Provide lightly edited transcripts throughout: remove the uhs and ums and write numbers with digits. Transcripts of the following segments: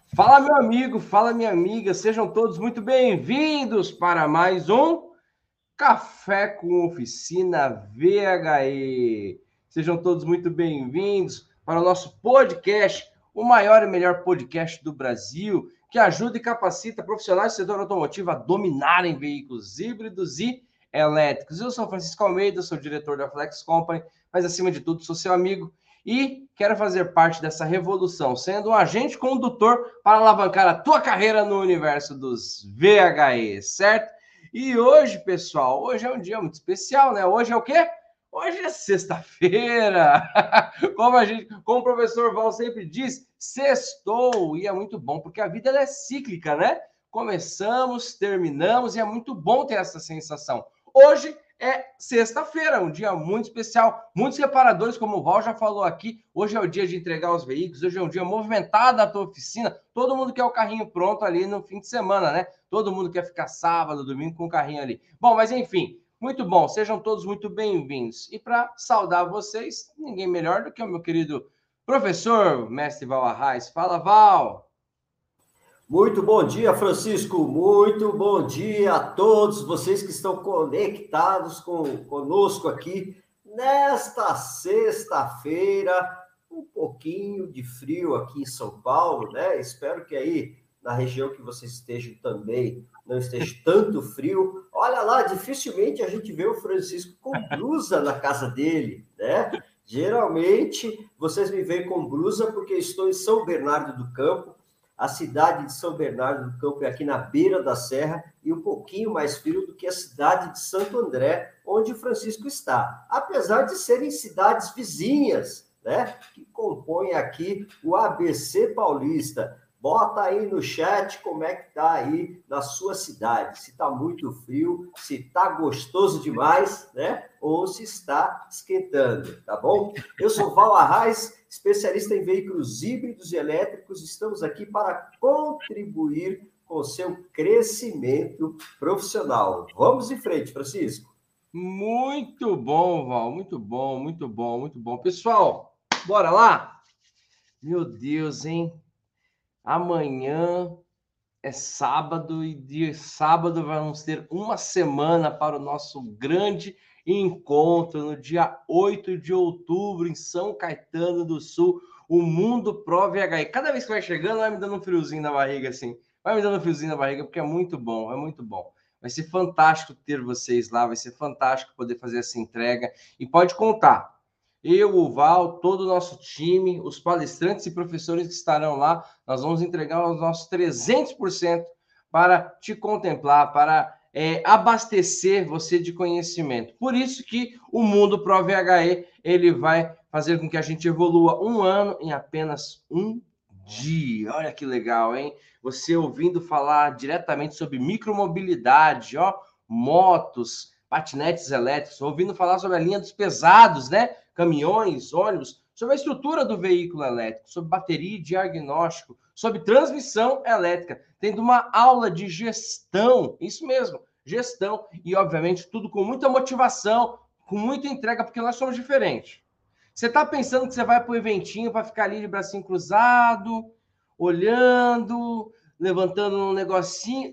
Fala, meu amigo, fala, minha amiga, sejam todos muito bem-vindos para mais um Café com Oficina VHE. Sejam todos muito bem-vindos para o nosso podcast, o maior e melhor podcast do Brasil, que ajuda e capacita profissionais do setor automotivo a dominarem veículos híbridos e elétricos. Eu sou Francisco Almeida, sou diretor da Flex Company, mas acima de tudo sou seu amigo e quero fazer parte dessa revolução, sendo um agente condutor para alavancar a tua carreira no universo dos VHE, certo? E hoje, pessoal, hoje é um dia muito especial, né? Hoje é o quê? Hoje é sexta-feira. Como o professor Val sempre diz, sextou. E é muito bom, porque a vida é cíclica, né? Começamos, terminamos, e é muito bom ter essa sensação. Hoje é sexta-feira, um dia muito especial. Muitos reparadores, como o Val já falou aqui, hoje é o dia de entregar os veículos, hoje é um dia movimentado da tua oficina. Todo mundo quer o carrinho pronto ali no fim de semana, né? Todo mundo quer ficar sábado, domingo com o carrinho ali. Bom, mas enfim, muito bom. Sejam todos muito bem-vindos. E para saudar vocês, ninguém melhor do que o meu querido professor, mestre Val Arraes. Fala, Val! Muito bom dia, Francisco. Muito bom dia a todos vocês que estão conectados conosco aqui nesta sexta-feira. Um pouquinho de frio aqui em São Paulo, né? Espero que aí na região que vocês estejam também não esteja tanto frio. Olha lá, dificilmente a gente vê o Francisco com blusa na casa dele, né? Geralmente vocês me veem com blusa porque estou em São Bernardo do Campo. A cidade de São Bernardo do Campo é aqui na beira da serra e um pouquinho mais frio do que a cidade de Santo André, onde o Francisco está. Apesar de serem cidades vizinhas, né, que compõem aqui o ABC paulista. Bota aí no chat como é que tá aí na sua cidade. Se está muito frio, se está gostoso demais, né? Ou se está esquentando, tá bom? Eu sou Val Arraes, especialista em veículos híbridos e elétricos. Estamos aqui para contribuir com o seu crescimento profissional. Vamos em frente, Francisco. Muito bom, Val. Muito bom, muito bom, muito bom. Pessoal, bora lá? Meu Deus, hein? Amanhã é sábado e de sábado vamos ter uma semana para o nosso grande encontro no dia 8 de outubro em São Caetano do Sul, o Mundo Pro VHI. Cada vez que vai chegando, vai me dando um friozinho na barriga, assim. Vai me dando um friozinho na barriga, porque é muito bom, é muito bom. Vai ser fantástico ter vocês lá, vai ser fantástico poder fazer essa entrega. E pode contar, eu, o Val, todo o nosso time, os palestrantes e professores que estarão lá, nós vamos entregar os nossos 300% para te contemplar, para abastecer você de conhecimento. Por isso que o Mundo Pro VHE, ele vai fazer com que a gente evolua um ano em apenas um dia. Olha que legal, hein? Você ouvindo falar diretamente sobre micromobilidade, ó, motos, patinetes elétricos, ouvindo falar sobre a linha dos pesados, né? Caminhões, ônibus, sobre a estrutura do veículo elétrico, sobre bateria e diagnóstico, sobre transmissão elétrica, tendo uma aula de gestão, isso mesmo, gestão, e obviamente tudo com muita motivação, com muita entrega, porque nós somos diferentes. Você está pensando que você vai para o eventinho para ficar ali de bracinho cruzado, olhando, levantando um negocinho?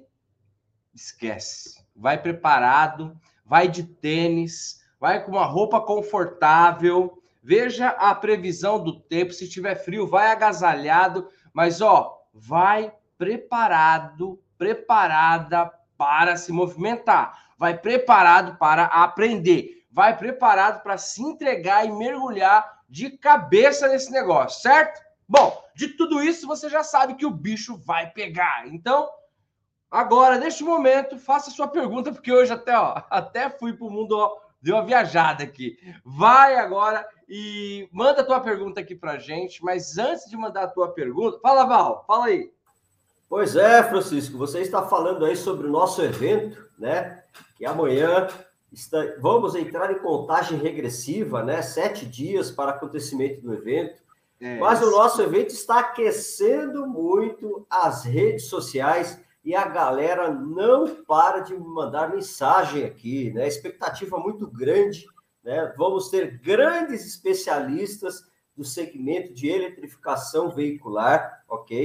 Esquece. Vai preparado, vai de tênis, vai com uma roupa confortável. Veja a previsão do tempo. Se tiver frio, vai agasalhado, mas ó, vai preparado, preparada para se movimentar. Vai preparado para aprender. Vai preparado para se entregar e mergulhar de cabeça nesse negócio, certo? Bom, de tudo isso você já sabe que o bicho vai pegar. Então, agora, neste momento, faça sua pergunta, porque hoje até fui para o mundo, ó, deu uma viajada aqui. Vai agora e manda a tua pergunta aqui para a gente, mas antes de mandar a tua pergunta, fala, Val, fala aí. Pois é, Francisco, você está falando aí sobre o nosso evento, né? Que amanhã vamos entrar em contagem regressiva, né? 7 dias para acontecimento do evento. Mas o nosso evento está aquecendo muito as redes sociais e a galera não para de me mandar mensagem aqui, né? Expectativa muito grande, né? Vamos ter grandes especialistas do segmento de eletrificação veicular, ok?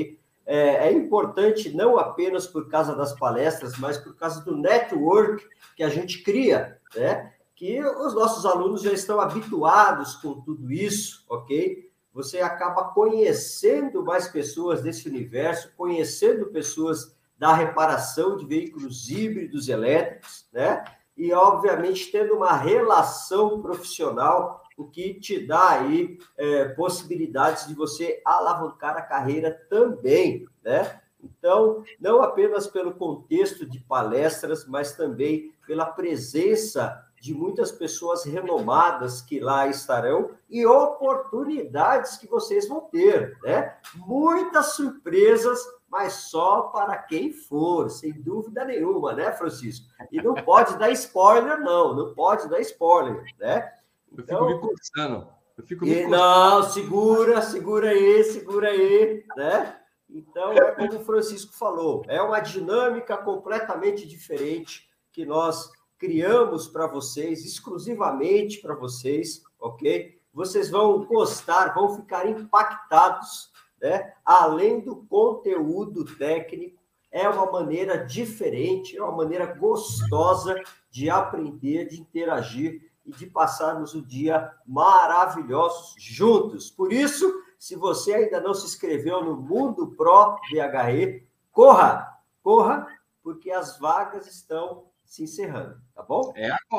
é importante não apenas por causa das palestras, mas por causa do network que a gente cria, né? Que os nossos alunos já estão habituados com tudo isso, ok? Você acaba conhecendo mais pessoas desse universo, conhecendo pessoas da reparação de veículos híbridos elétricos, né? E, obviamente, tendo uma relação profissional, o que te dá aí possibilidades de você alavancar a carreira também, né? Então, não apenas pelo contexto de palestras, mas também pela presença de muitas pessoas renomadas que lá estarão e oportunidades que vocês vão ter, né? Muitas surpresas, mas só para quem for, sem dúvida nenhuma, né, Francisco? E não pode dar spoiler, não pode dar spoiler, né? Então, eu fico me coçando. Não, segura aí, né? Então, é como o Francisco falou, é uma dinâmica completamente diferente que nós criamos para vocês, exclusivamente para vocês, ok? Vocês vão gostar, vão ficar impactados, né? Além do conteúdo técnico, é uma maneira diferente, é uma maneira gostosa de aprender, de interagir e de passarmos o dia maravilhosos juntos. Por isso, se você ainda não se inscreveu no Mundo Pro VHE, corra, porque as vagas estão se encerrando, tá bom?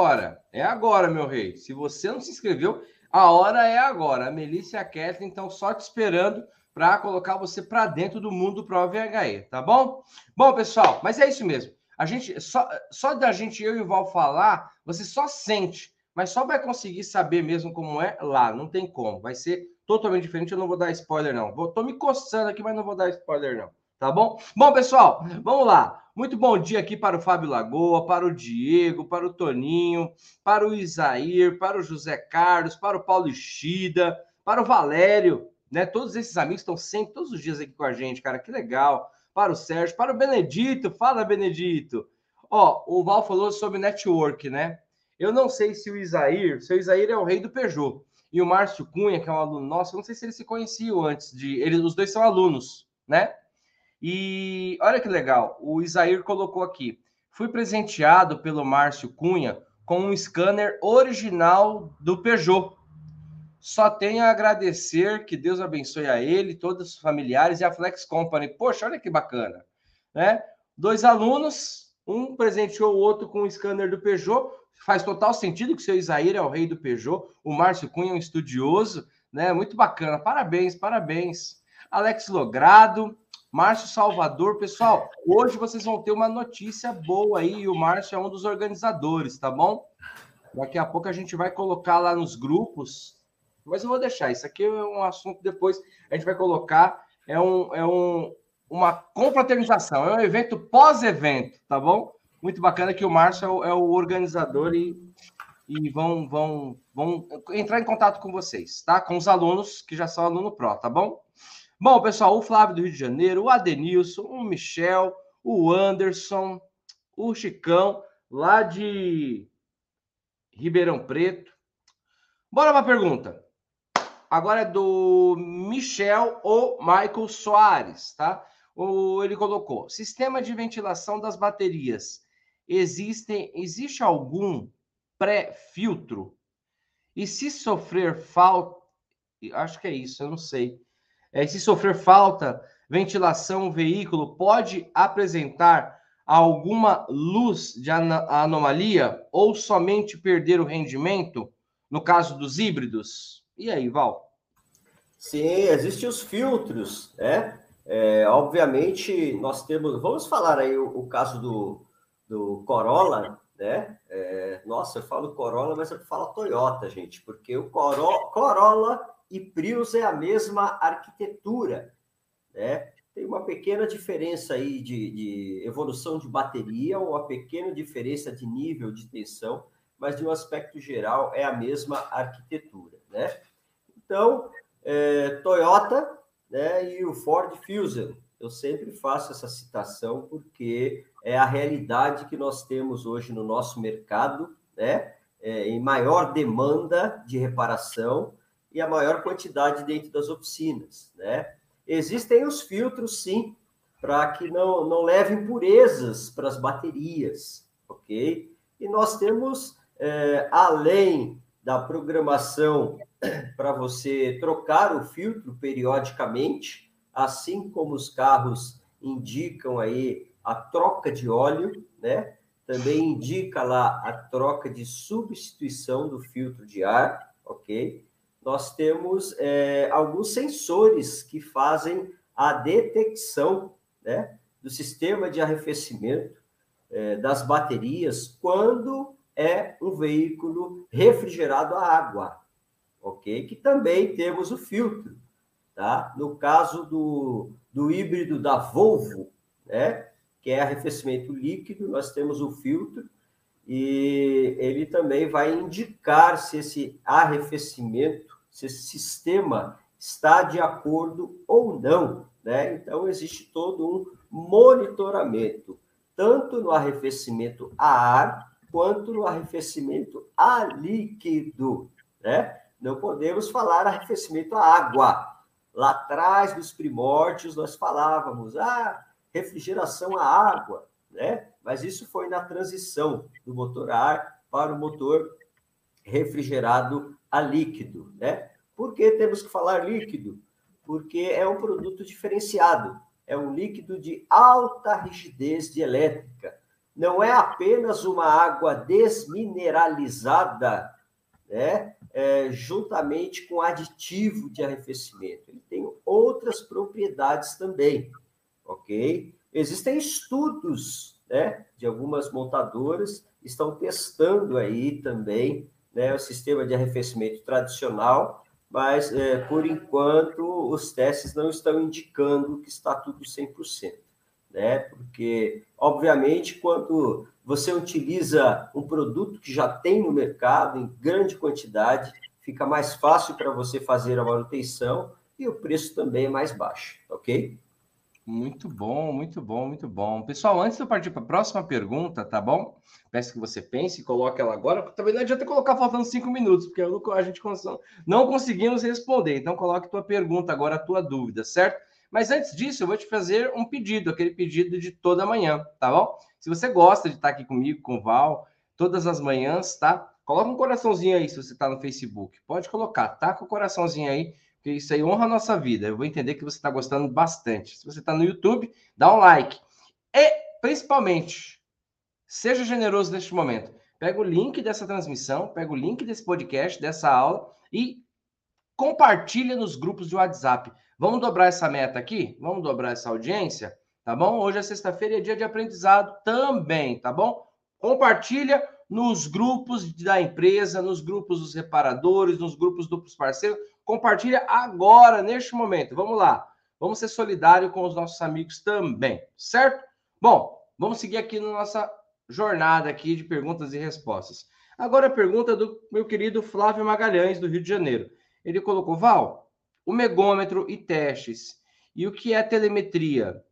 É agora, meu rei. Se você não se inscreveu, a hora é agora. A Melissa e a Kathleen estão só te esperando para colocar você para dentro do Mundo Pro VHE, tá bom? Bom, pessoal, mas é isso mesmo. A gente só da gente, eu e o Val falar, você só sente, mas só vai conseguir saber mesmo como é lá. Não tem como. Vai ser totalmente diferente. Eu não vou dar spoiler, não. Tô me coçando aqui, mas não vou dar spoiler, não. Tá bom? Bom, pessoal, vamos lá. Muito bom dia aqui para o Fábio Lagoa, para o Diego, para o Toninho, para o Isair, para o José Carlos, para o Paulo Ishida, para o Valério, né? Todos esses amigos estão sempre, todos os dias aqui com a gente, cara, que legal. Para o Sérgio, para o Benedito, fala, Benedito. Ó, o Val falou sobre network, né? Eu não sei se o Isair é o rei do Peugeot. E o Márcio Cunha, que é um aluno nosso, eu não sei se eles se conheciam antes de... Os dois são alunos, né? E olha que legal, o Isair colocou aqui. Fui presenteado pelo Márcio Cunha com um scanner original do Peugeot. Só tenho a agradecer, que Deus abençoe a ele, todos os familiares e a Flex Company. Poxa, olha que bacana, né? 2 alunos, um presenteou o outro com um scanner do Peugeot. Faz total sentido que o seu Isair é o rei do Peugeot, o Márcio Cunha é um estudioso, né? Muito bacana, parabéns, parabéns. Alex Logrado, Márcio Salvador, pessoal, hoje vocês vão ter uma notícia boa aí, e o Márcio é um dos organizadores, tá bom? Daqui a pouco a gente vai colocar lá nos grupos, mas eu vou deixar, isso aqui é um assunto depois, a gente vai colocar, uma confraternização, é um evento pós-evento, tá bom? Muito bacana que o Márcio é o organizador e vão entrar em contato com vocês, tá? Com os alunos que já são aluno Pro, tá bom? Bom, pessoal, o Flávio do Rio de Janeiro, o Adenilson, o Michel, o Anderson, o Chicão, lá de Ribeirão Preto. Bora para a pergunta. Agora é do Michel ou Michael Soares, tá? Ele colocou: sistema de ventilação das baterias. Existe algum pré-filtro? E se sofrer falta... Acho que é isso, eu não sei. Se sofrer falta, ventilação, o veículo pode apresentar alguma luz de anomalia ou somente perder o rendimento, no caso dos híbridos? E aí, Val? Sim, existem os filtros, né? Obviamente, nós temos... Vamos falar aí o caso do Corolla, né? Nossa, eu falo Corolla, mas eu falo Toyota, gente, porque o Corolla e Prius é a mesma arquitetura, né? Tem uma pequena diferença aí de evolução de bateria, uma pequena diferença de nível de tensão, mas de um aspecto geral é a mesma arquitetura, né? Então, Toyota, né, e o Ford Fusion, eu sempre faço essa citação porque é a realidade que nós temos hoje no nosso mercado, né? Em maior demanda de reparação e a maior quantidade dentro das oficinas, né? Existem os filtros, sim, para que não leve impurezas para as baterias, ok? E nós temos, além da programação para você trocar o filtro periodicamente, assim como os carros indicam aí a troca de óleo, né? Também indica lá a troca de substituição do filtro de ar, ok? Nós temos alguns sensores que fazem a detecção, né, do sistema de arrefecimento das baterias quando é um veículo refrigerado a água, ok? Que também temos o filtro, tá? No caso do híbrido da Volvo, né, que é arrefecimento líquido, nós temos o filtro e ele também vai indicar se esse arrefecimento, se esse sistema está de acordo ou não, né? Então, existe todo um monitoramento, tanto no arrefecimento a ar, quanto no arrefecimento a líquido, né? Não podemos falar arrefecimento a água. Lá atrás, nos primórdios, nós falávamos, refrigeração a água, né? Mas isso foi na transição do motor a ar para o motor refrigerado a líquido, né? Por que temos que falar líquido? Porque é um produto diferenciado, é um líquido de alta rigidez dielétrica. Não é apenas uma água desmineralizada, né? Juntamente com aditivo de arrefecimento. Ele tem outras propriedades também, ok? Existem estudos, né, de algumas montadoras estão testando aí também, né, o sistema de arrefecimento tradicional, mas, por enquanto, os testes não estão indicando que está tudo 100%, né? Porque, obviamente, quando você utiliza um produto que já tem no mercado em grande quantidade, fica mais fácil para você fazer a manutenção e o preço também é mais baixo, ok? Muito bom, muito bom, muito bom. Pessoal, antes de eu partir para a próxima pergunta, tá bom? Peço que você pense e coloque ela agora. Também não adianta colocar faltando 5 minutos, porque a gente não conseguimos responder. Então, coloque tua pergunta agora, a tua dúvida, certo? Mas antes disso, eu vou te fazer um pedido, aquele pedido de toda manhã, tá bom? Se você gosta de estar aqui comigo, com o Val, todas as manhãs, tá? Coloca um coraçãozinho aí se você está no Facebook. Pode colocar, tá? Com o coraçãozinho aí, porque isso aí honra a nossa vida. Eu vou entender que você está gostando bastante. Se você está no YouTube, dá um like. E, principalmente, seja generoso neste momento. Pega o link dessa transmissão, pega o link desse podcast, dessa aula e compartilha nos grupos de WhatsApp. Vamos dobrar essa meta aqui? Vamos dobrar essa audiência? Tá bom? Hoje é sexta-feira e é dia de aprendizado também, tá bom? Compartilha nos grupos da empresa, nos grupos dos reparadores, nos grupos dos parceiros. Compartilha agora, neste momento. Vamos lá. Vamos ser solidários com os nossos amigos também, certo? Bom, vamos seguir aqui na nossa jornada aqui de perguntas e respostas. Agora a pergunta do meu querido Flávio Magalhães, do Rio de Janeiro. Ele colocou, Val, o megômetro e testes. E o que é telemetria?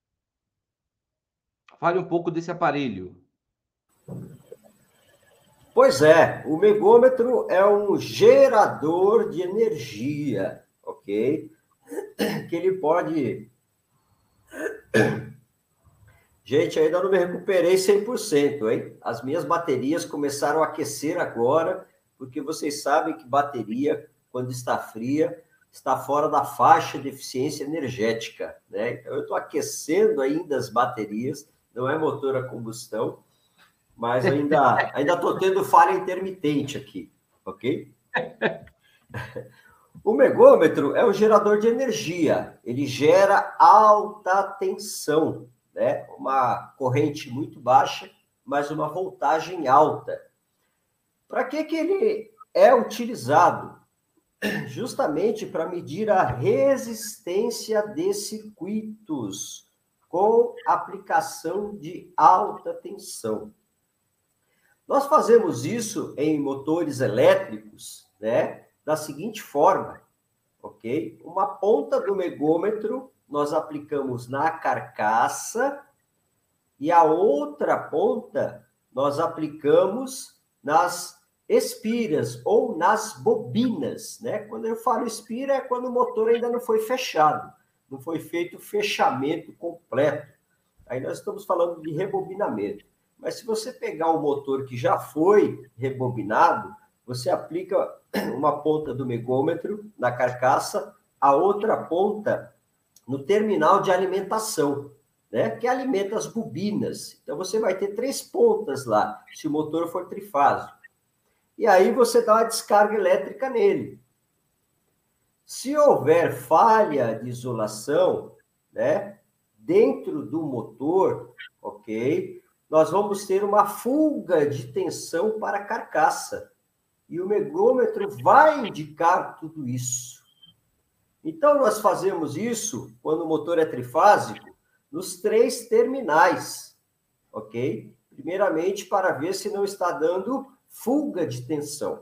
Fale um pouco desse aparelho. Pois é, o megômetro é um gerador de energia, ok? Que ele pode... Gente, ainda não me recuperei 100%, hein? As minhas baterias começaram a aquecer agora, porque vocês sabem que bateria, quando está fria, está fora da faixa de eficiência energética, né? Então, eu estou aquecendo ainda as baterias, não é motor a combustão, mas ainda estou tendo falha intermitente aqui, ok? O megômetro é um gerador de energia, ele gera alta tensão, né? Uma corrente muito baixa, mas uma voltagem alta. Para que ele é utilizado? Justamente para medir a resistência de circuitos com aplicação de alta tensão. Nós fazemos isso em motores elétricos, né, da seguinte forma, ok? Uma ponta do megômetro nós aplicamos na carcaça e a outra ponta nós aplicamos nas espiras ou nas bobinas, né? Quando eu falo espira é quando o motor ainda não foi fechado. não foi feito o fechamento completo. Aí nós estamos falando de rebobinamento. Mas se você pegar o motor que já foi rebobinado, você aplica uma ponta do megômetro na carcaça, a outra ponta no terminal de alimentação, né, que alimenta as bobinas. Então, você vai ter 3 pontas lá, se o motor for trifásico. E aí você dá uma descarga elétrica nele. Se houver falha de isolação, né, dentro do motor, ok, nós vamos ter uma fuga de tensão para a carcaça. E o megômetro vai indicar tudo isso. Então, nós fazemos isso, quando o motor é trifásico, nos 3 terminais, ok? Primeiramente, para ver se não está dando fuga de tensão,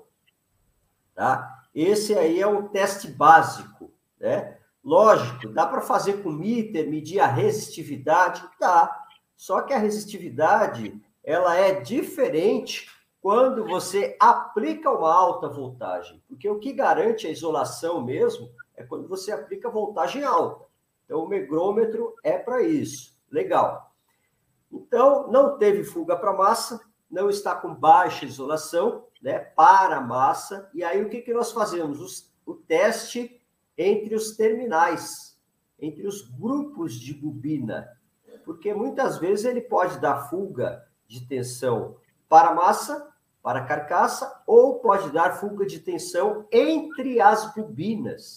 tá? Esse aí é um teste básico, né? Lógico, dá para fazer com meter, medir a resistividade? Dá. Só que a resistividade, ela é diferente quando você aplica uma alta voltagem, porque o que garante a isolação mesmo é quando você aplica voltagem alta. Então, o megrômetro é para isso. Legal. Então, não teve fuga para massa, não está com baixa isolação, né, para a massa. E aí, o que nós fazemos? O teste entre os terminais, entre os grupos de bobina. Porque muitas vezes ele pode dar fuga de tensão para a massa, para a carcaça, ou pode dar fuga de tensão entre as bobinas.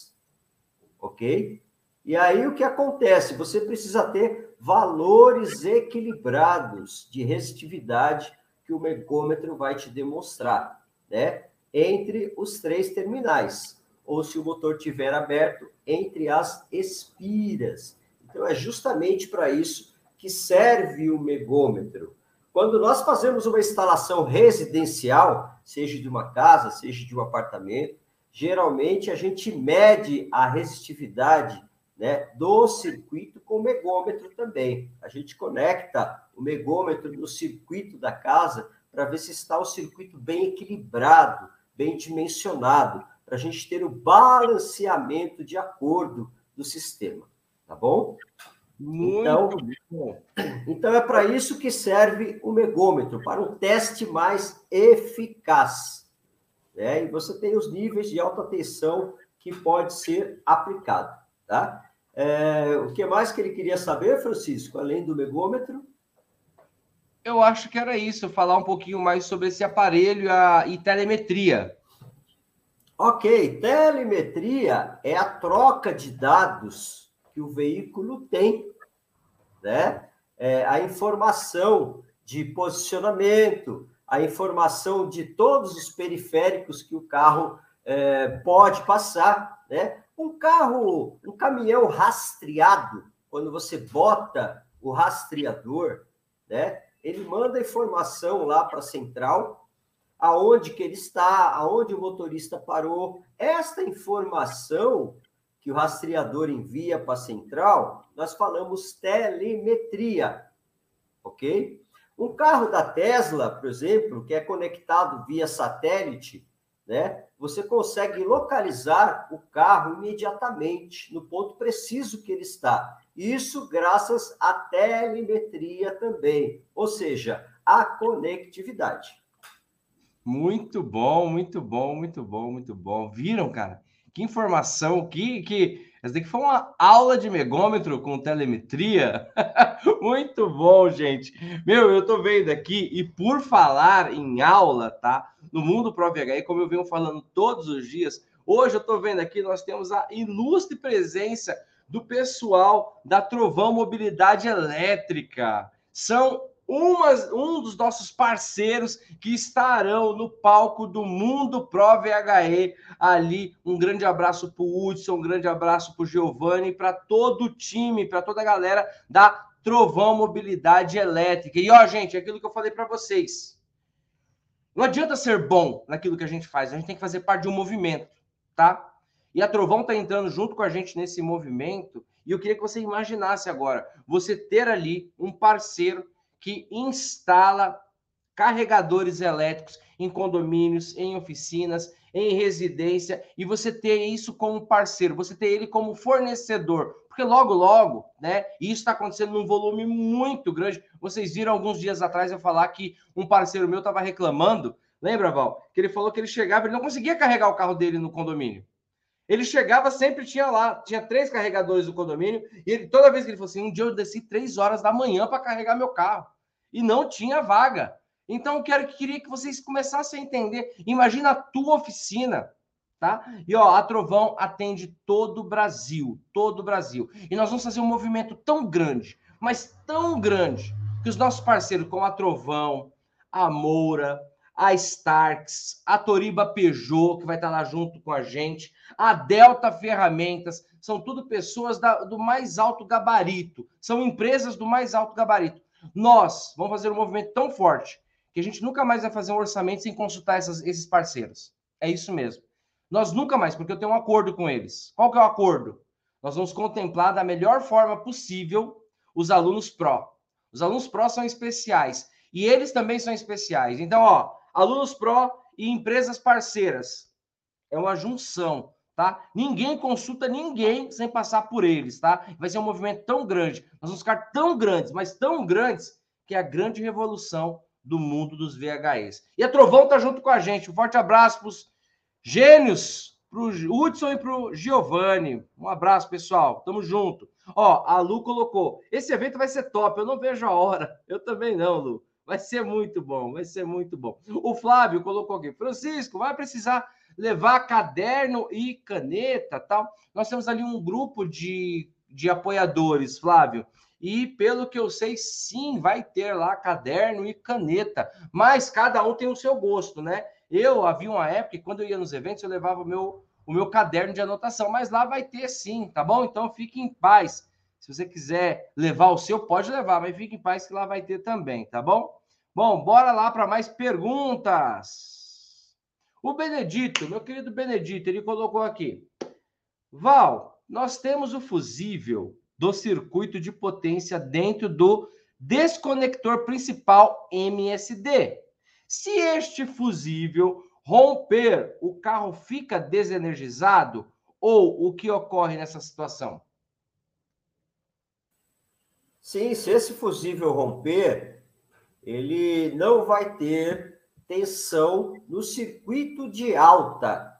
Ok? E aí o que acontece? Você precisa ter valores equilibrados de resistividade que o megômetro vai te demonstrar, né? Entre os 3 terminais, ou se o motor tiver aberto, entre as espiras. Então, é justamente para isso que serve o megômetro. Quando nós fazemos uma instalação residencial, seja de uma casa, seja de um apartamento, geralmente a gente mede a resistividade, né, do circuito com o megômetro também. A gente conecta o megômetro no circuito da casa para ver se está o circuito bem equilibrado, bem dimensionado, para a gente ter o balanceamento de acordo do sistema, tá bom? Muito bom. Então é para isso que serve o megômetro, para um teste mais eficaz. Né? E você tem os níveis de alta tensão que pode ser aplicado, tá? O que mais que ele queria saber, Francisco, além do megômetro? Eu acho que era isso, falar um pouquinho mais sobre esse aparelho e telemetria. Ok, telemetria é a troca de dados que o veículo tem, né? A informação de posicionamento, a informação de todos os periféricos que o carro pode passar, né? Um caminhão rastreado, quando você bota o rastreador, né? Ele manda informação lá para a central, aonde que ele está, aonde o motorista parou. Esta informação que o rastreador envia para a central, nós falamos telemetria, ok? Um carro da Tesla, por exemplo, que é conectado via satélite, né? Você consegue localizar o carro imediatamente, no ponto preciso que ele está. Isso graças à telemetria também, ou seja, à conectividade. Muito bom, muito bom, muito bom, muito bom. Viram, cara? Que informação, essa daqui foi uma aula de megômetro com telemetria. Muito bom, gente. Meu, eu tô vendo aqui, e por falar em aula, tá? No Mundo Pro VHI, como eu venho falando todos os dias, hoje eu tô vendo aqui, nós temos a ilustre presença do pessoal da Trovão Mobilidade Elétrica. São um dos nossos parceiros que estarão no palco do Mundo Pro VHE ali. Um grande abraço para o Hudson, um grande abraço para o Giovanni, para todo o time, para toda a galera da Trovão Mobilidade Elétrica. E ó, gente, aquilo que eu falei para vocês. Não adianta ser bom naquilo que a gente faz, a gente tem que fazer parte de um movimento, tá? E a Trovão está entrando junto com a gente nesse movimento. E eu queria que você imaginasse agora, você ter ali um parceiro que instala carregadores elétricos em condomínios, em oficinas, em residência, e você ter isso como parceiro, você ter ele como fornecedor, porque logo, logo, né, isso está acontecendo num volume muito grande. Vocês viram alguns dias atrás eu falar que um parceiro meu estava reclamando, lembra, Val? Que ele falou que ele chegava, ele não conseguia carregar o carro dele no condomínio. Ele chegava, sempre tinha lá, tinha 3 carregadores do condomínio, e ele, toda vez que ele falou assim, um dia eu desci 3 horas da manhã para carregar meu carro, e não tinha vaga. Então, eu queria que vocês começassem a entender. Imagina a tua oficina, tá? E, ó, a Trovão atende todo o Brasil, todo o Brasil. E nós vamos fazer um movimento tão grande, mas tão grande, que os nossos parceiros, como a Trovão, a Moura, a Starks, a Toriba Peugeot, que vai estar lá junto com a gente, a Delta Ferramentas, são tudo pessoas do mais alto gabarito, são empresas do mais alto gabarito. Nós vamos fazer um movimento tão forte que a gente nunca mais vai fazer um orçamento sem consultar esses parceiros. É isso mesmo. Nós nunca mais, porque eu tenho um acordo com eles. Qual que é o acordo? Nós vamos contemplar da melhor forma possível os alunos pró. Os alunos pró são especiais e eles também são especiais. Então, ó, alunos pró e empresas parceiras. É uma junção, tá? Ninguém consulta ninguém sem passar por eles, tá? Vai ser um movimento tão grande. Nós vamos ficar tão grandes, mas tão grandes, que é a grande revolução do mundo dos VHEs. E a Trovão tá junto com a gente. Um forte abraço para os gênios, para o Hudson e para o Giovanni. Um abraço, pessoal. Tamo junto. Ó, a Lu colocou. Esse evento vai ser top. Eu não vejo a hora. Eu também não, Lu. Vai ser muito bom, vai ser muito bom. O Flávio colocou aqui. Francisco, vai precisar levar caderno e caneta, tal. Nós temos ali um grupo de apoiadores, Flávio. E pelo que eu sei, sim, vai ter lá caderno e caneta. Mas cada um tem o seu gosto, né? Havia uma época que quando eu ia nos eventos, eu levava o meu caderno de anotação. Mas lá vai ter sim, tá bom? Então fique em paz. Se você quiser levar o seu, pode levar, mas fique em paz que lá vai ter também, tá bom? Bom, bora lá para mais perguntas. O Benedito, meu querido Benedito, ele colocou aqui. Val, nós temos o fusível do circuito de potência dentro do desconector principal MSD. Se este fusível romper, o carro fica desenergizado? Ou o que ocorre nessa situação? Sim, se esse fusível romper, ele não vai ter tensão no circuito de alta,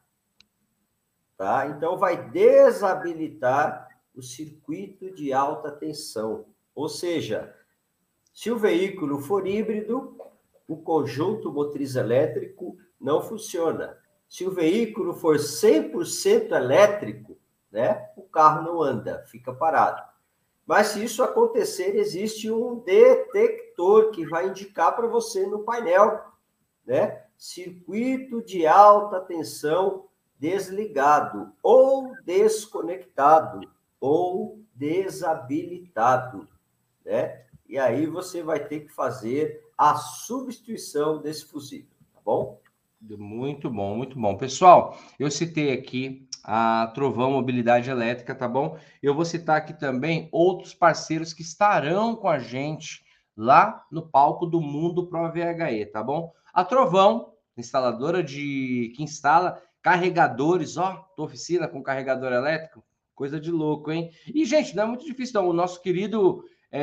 tá? Então, vai desabilitar o circuito de alta tensão. Ou seja, se o veículo for híbrido, o conjunto motriz elétrico não funciona. Se o veículo for 100% elétrico, né, o carro não anda, fica parado. Mas se isso acontecer, existe um detector que vai indicar para você no painel, né? Circuito de alta tensão desligado, ou desconectado, ou desabilitado, né? E aí você vai ter que fazer a substituição desse fusível, tá bom? Muito bom, muito bom. Pessoal, eu citei aqui a Trovão Mobilidade Elétrica, tá bom? Eu vou citar aqui também outros parceiros que estarão com a gente lá no palco do Mundo Pro VHE, tá bom? A Trovão, instaladora que instala carregadores, ó, tua oficina com carregador elétrico, coisa de louco, hein? E, gente, não é muito difícil, não. O nosso querido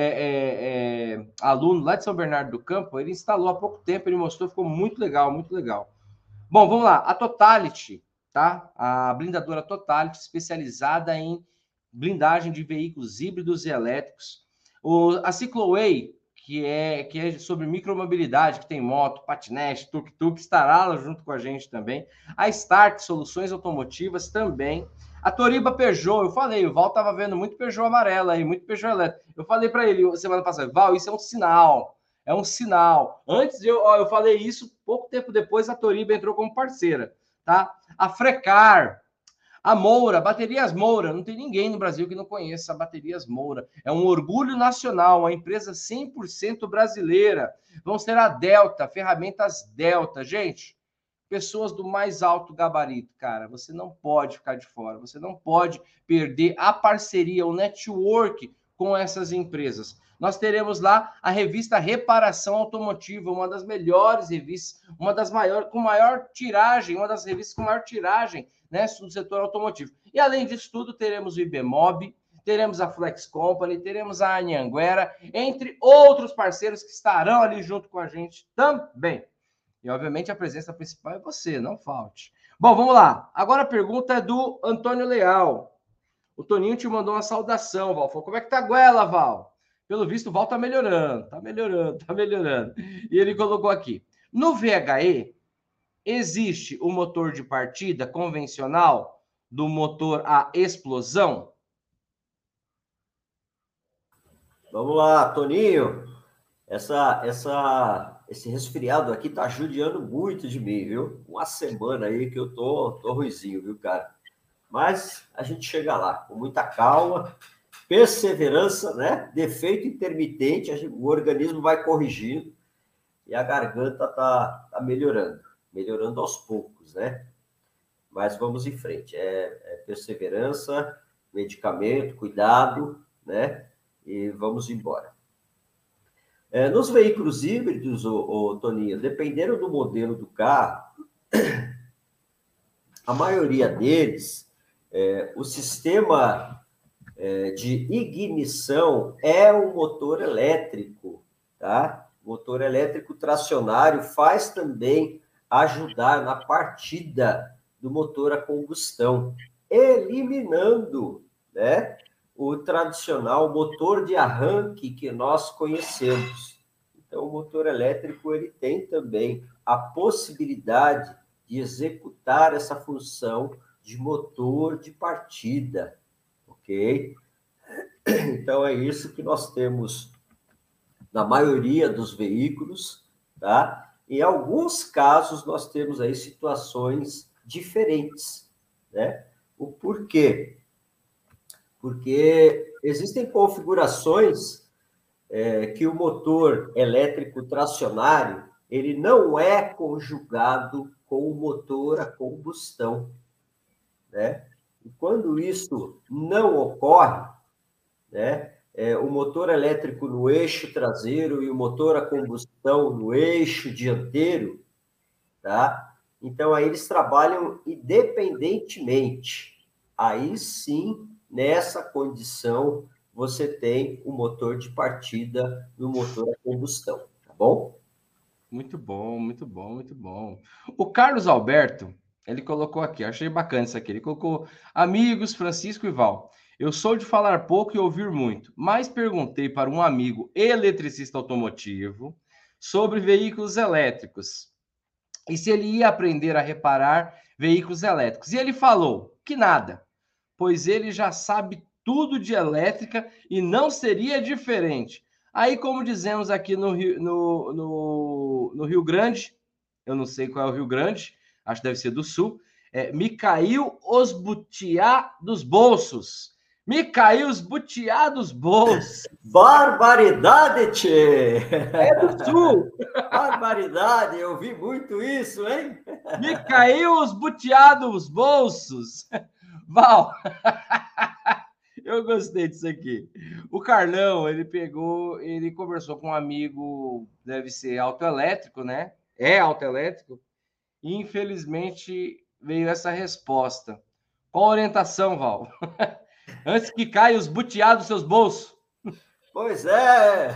aluno lá de São Bernardo do Campo, ele instalou há pouco tempo, ele mostrou, ficou muito legal, muito legal. Bom, vamos lá. A Totality, tá? A blindadora Totality, especializada em blindagem de veículos híbridos e elétricos. A Cicloway, que é sobre micromobilidade, que tem moto, patinete, tuk-tuk, estará lá junto com a gente também. A Stark, soluções automotivas também. A Toriba Peugeot, eu falei, o Val estava vendo muito Peugeot amarela aí, muito Peugeot elétrico. Eu falei para ele semana passada, Val, isso é um sinal. É um sinal. Antes eu falei isso, pouco tempo depois a Toriba entrou como parceira, tá? A Frecar, a Moura, Baterias Moura, não tem ninguém no Brasil que não conheça a Baterias Moura. É um orgulho nacional, uma empresa 100% brasileira. Vamos ter a Delta, ferramentas Delta. Gente, pessoas do mais alto gabarito, cara, você não pode ficar de fora, você não pode perder a parceria, o network com essas empresas. Nós teremos lá a revista Reparação Automotiva, uma das melhores revistas, uma das maiores, com maior tiragem, uma das revistas com maior tiragem, né, do setor automotivo. E além disso tudo, teremos o IBMOB, teremos a Flex Company, teremos a Anhanguera, entre outros parceiros que estarão ali junto com a gente também. E, obviamente, a presença principal é você, não falte. Bom, vamos lá. Agora a pergunta é do Antônio Leal. O Toninho te mandou uma saudação, Val. Falou, como é que tá a goela, Val? Pelo visto, o Val tá melhorando, tá melhorando, tá melhorando. E ele colocou aqui, no VHE, existe o motor de partida convencional do motor a explosão? Vamos lá, Toninho. Esse resfriado aqui tá judiando muito de mim, viu? Uma semana aí que eu tô ruizinho, viu, cara? Mas a gente chega lá, com muita calma, perseverança, né? Defeito intermitente, o organismo vai corrigindo e a garganta tá melhorando aos poucos, né? Mas vamos em frente. É perseverança, medicamento, cuidado, né? E vamos embora. Nos veículos híbridos, Toninho, dependendo do modelo do carro, a maioria deles, o sistema de ignição é o motor elétrico, tá? O motor elétrico tracionário faz também ajudar na partida do motor a combustão, eliminando, né, o tradicional motor de arranque que nós conhecemos. Então, o motor elétrico ele tem também a possibilidade de executar essa função de motor de partida, ok? Então, é isso que nós temos na maioria dos veículos, tá? Em alguns casos, nós temos aí situações diferentes, né? O porquê? Porque existem configurações que o motor elétrico tracionário ele não é conjugado com o motor a combustão, né? E quando isso não ocorre, né? O motor elétrico no eixo traseiro e o motor a combustão no eixo dianteiro, tá? Então, aí eles trabalham independentemente. Aí sim, nessa condição, você tem o motor de partida no motor a combustão, tá bom? Muito bom, muito bom, muito bom. O Carlos Alberto, ele colocou aqui, achei bacana isso aqui. Ele colocou: amigos Francisco e Val. Eu sou de falar pouco e ouvir muito, mas perguntei para um amigo eletricista automotivo sobre veículos elétricos e se ele ia aprender a reparar veículos elétricos. E ele falou que nada, pois ele já sabe tudo de elétrica e não seria diferente. Aí, como dizemos aqui no Rio Grande, eu não sei qual é o Rio Grande, acho que deve ser do Sul, me caiu os butiá dos bolsos. Me caiu os butiá dos bolsos. Barbaridade, tchê! É do Sul. Barbaridade, eu vi muito isso, hein? Me caiu os butiá dos bolsos. Val, eu gostei disso aqui. O Carlão, ele conversou com um amigo, deve ser autoelétrico, né? É autoelétrico. E infelizmente veio essa resposta. Qual a orientação, Val? Antes que caia os butiá dos seus bolsos. Pois é!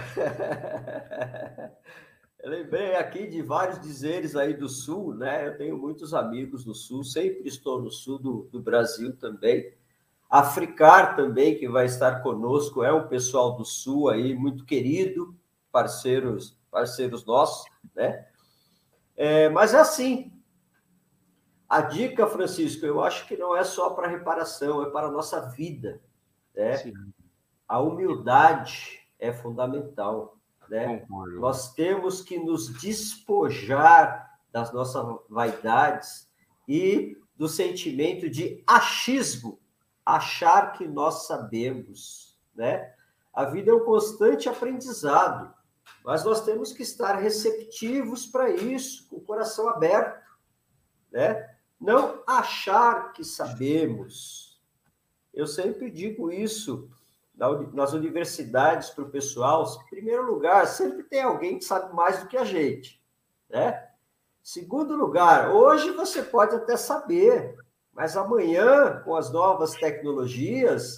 Eu lembrei aqui de vários dizeres aí do Sul, né? Eu tenho muitos amigos no Sul, sempre estou no Sul do Brasil também. A Fricar também, que vai estar conosco, é um pessoal do Sul aí, muito querido, parceiros nossos, né? Mas é assim, a dica, Francisco, eu acho que não é só para reparação, é para a nossa vida, né? Sim. A humildade é fundamental, né? Concordo. Nós temos que nos despojar das nossas vaidades e do sentimento de achismo, achar que nós sabemos, né? A vida é um constante aprendizado, mas nós temos que estar receptivos para isso, com o coração aberto, né? Não achar que sabemos. Eu sempre digo isso nas universidades para o pessoal. Em primeiro lugar, sempre tem alguém que sabe mais do que a gente, né? Segundo lugar, hoje você pode até saber, mas amanhã, com as novas tecnologias,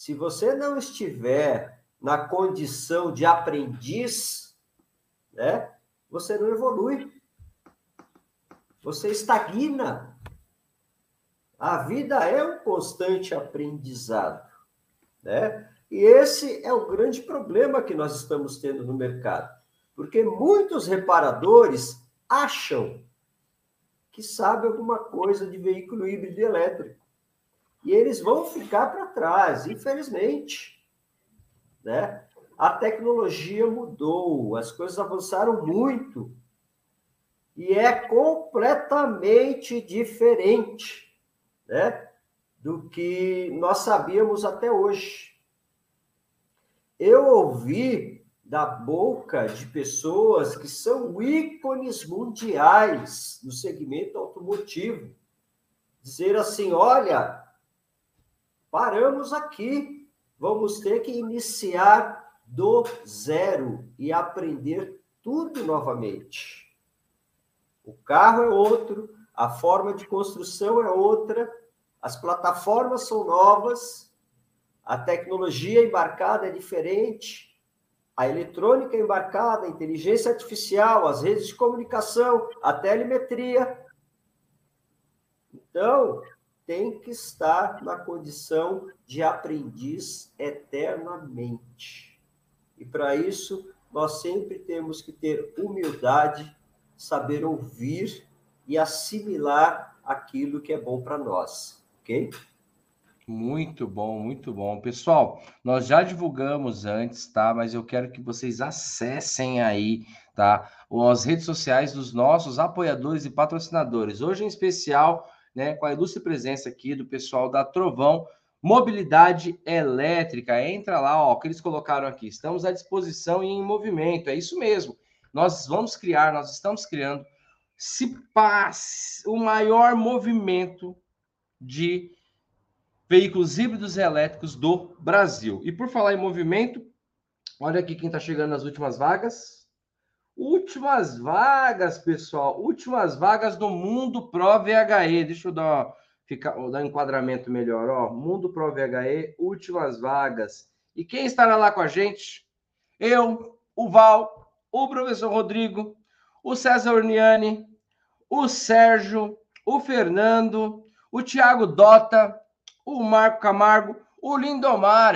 Se você não estiver na condição de aprendiz, né, você não evolui. Você estagna. A vida é um constante aprendizado, né? E esse é o grande problema que nós estamos tendo no mercado. Porque muitos reparadores acham que sabem alguma coisa de veículo híbrido e elétrico. E eles vão ficar para trás, infelizmente, né? A tecnologia mudou, as coisas avançaram muito. E é completamente diferente, né, do que nós sabíamos até hoje. Eu ouvi da boca de pessoas que são ícones mundiais no segmento automotivo dizer assim: olha, paramos aqui, vamos ter que iniciar do zero e aprender tudo novamente. O carro é outro, a forma de construção é outra, as plataformas são novas, a tecnologia embarcada é diferente, a eletrônica embarcada, a inteligência artificial, as redes de comunicação, a telemetria. Então, tem que estar na condição de aprendiz eternamente. E para isso, nós sempre temos que ter humildade, saber ouvir e assimilar aquilo que é bom para nós, ok? Muito bom, muito bom. Pessoal, nós já divulgamos antes, tá? Mas eu quero que vocês acessem aí, tá? As redes sociais dos nossos apoiadores e patrocinadores. Hoje, em especial, né, com a ilustre presença aqui do pessoal da Trovão Mobilidade Elétrica. Entra lá, ó, que eles colocaram aqui. Estamos à disposição e em movimento. É isso mesmo. Nós estamos criando o maior movimento de veículos híbridos e elétricos do Brasil. E por falar em movimento, olha aqui quem está chegando nas últimas vagas. Últimas vagas, pessoal. Últimas vagas do Mundo Pro VHE. Deixa eu dar um enquadramento melhor. Ó, Mundo Pro VHE, últimas vagas. E quem estará lá com a gente? Eu, o Val, o professor Rodrigo, o César Orniani, o Sérgio, o Fernando, o Thiago Dota, o Marco Camargo, o Lindomar.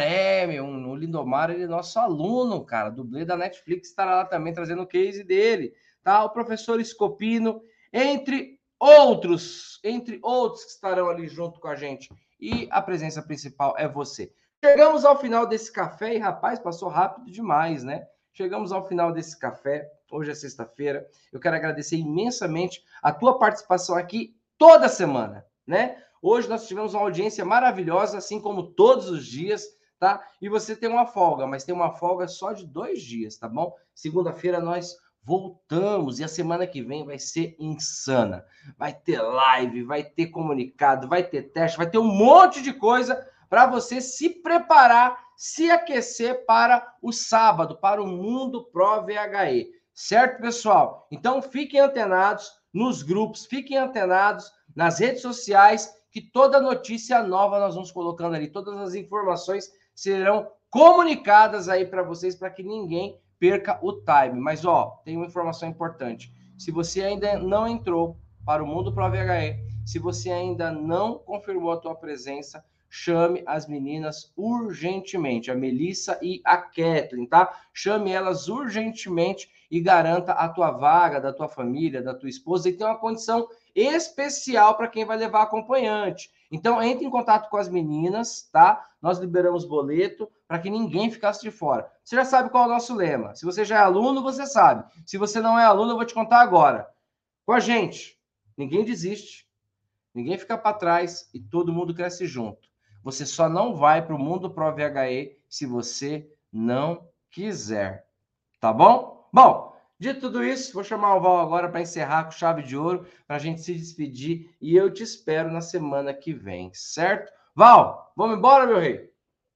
O Lindomar, ele é nosso aluno, cara, dublê da Netflix, estará lá também trazendo o case dele, tá? O professor Scopino, entre outros que estarão ali junto com a gente. E a presença principal é você. Chegamos ao final desse café e, rapaz, passou rápido demais, né? Chegamos ao final desse café. Hoje é sexta-feira. Eu quero agradecer imensamente a tua participação aqui toda semana, né? Hoje nós tivemos uma audiência maravilhosa, assim como todos os dias, tá? E você tem uma folga, mas tem uma folga só de 2 dias, tá bom? Segunda-feira nós voltamos e a semana que vem vai ser insana. Vai ter live, vai ter comunicado, vai ter teste, vai ter um monte de coisa para você se preparar, se aquecer para o sábado, para o Mundo Pro VHE. Certo, pessoal? Então, fiquem antenados nos grupos, fiquem antenados nas redes sociais, que toda notícia nova nós vamos colocando ali. Todas as informações serão comunicadas aí para vocês, para que ninguém perca o time. Mas, ó, tem uma informação importante. Se você ainda não entrou para o Mundo Pro VHE, se você ainda não confirmou a tua presença, chame as meninas urgentemente, a Melissa e a Kathleen, tá? Chame elas urgentemente e garanta a tua vaga, da tua família, da tua esposa, e tem uma condição especial para quem vai levar acompanhante. Então, entre em contato com as meninas, tá? Nós liberamos boleto para que ninguém ficasse de fora. Você já sabe qual é o nosso lema. Se você já é aluno, você sabe. Se você não é aluno, eu vou te contar agora. Com a gente, ninguém desiste, ninguém fica para trás e todo mundo cresce junto. Você só não vai para o Mundo Pro VHE se você não quiser. Tá bom? Bom, dito tudo isso, vou chamar o Val agora para encerrar com chave de ouro, para a gente se despedir, e eu te espero na semana que vem, certo? Val, vamos embora, meu rei?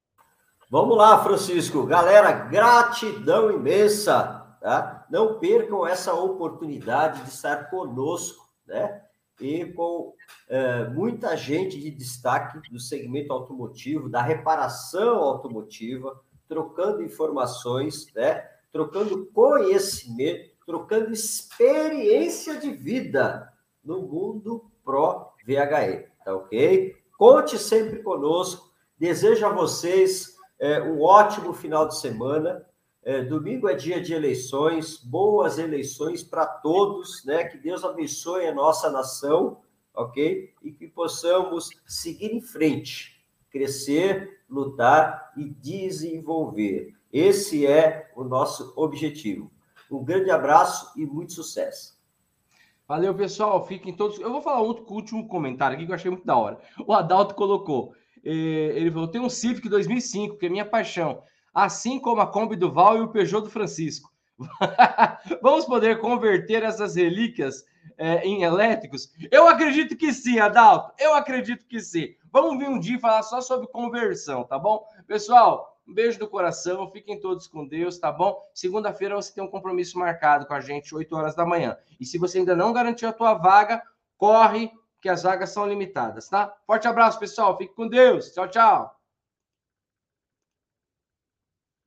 Vamos lá, Francisco. Galera, gratidão imensa, tá? Não percam essa oportunidade de estar conosco, né? e com muita gente de destaque do segmento automotivo, da reparação automotiva, trocando informações, né? Trocando conhecimento, trocando experiência de vida no mundo Pro-VHE, tá ok? Conte sempre conosco, desejo a vocês um ótimo final de semana. Domingo é dia de eleições, boas eleições para todos, né? Que Deus abençoe a nossa nação, ok? E que possamos seguir em frente, crescer, lutar e desenvolver. Esse é o nosso objetivo. Um grande abraço e muito sucesso. Valeu, pessoal. Fiquem todos. Eu vou falar outro último comentário aqui que eu achei muito da hora. O Adalto colocou. Ele falou: tem um Civic 2005, que é minha paixão. Assim como a Kombi do Val e o Peugeot do Francisco. Vamos poder converter essas relíquias em elétricos? Eu acredito que sim, Adalto. Eu acredito que sim. Vamos vir um dia e falar só sobre conversão, tá bom? Pessoal, um beijo do coração. Fiquem todos com Deus, tá bom? Segunda-feira você tem um compromisso marcado com a gente, 8 horas da manhã. E se você ainda não garantiu a tua vaga, corre, que as vagas são limitadas, tá? Forte abraço, pessoal. Fique com Deus. Tchau, tchau.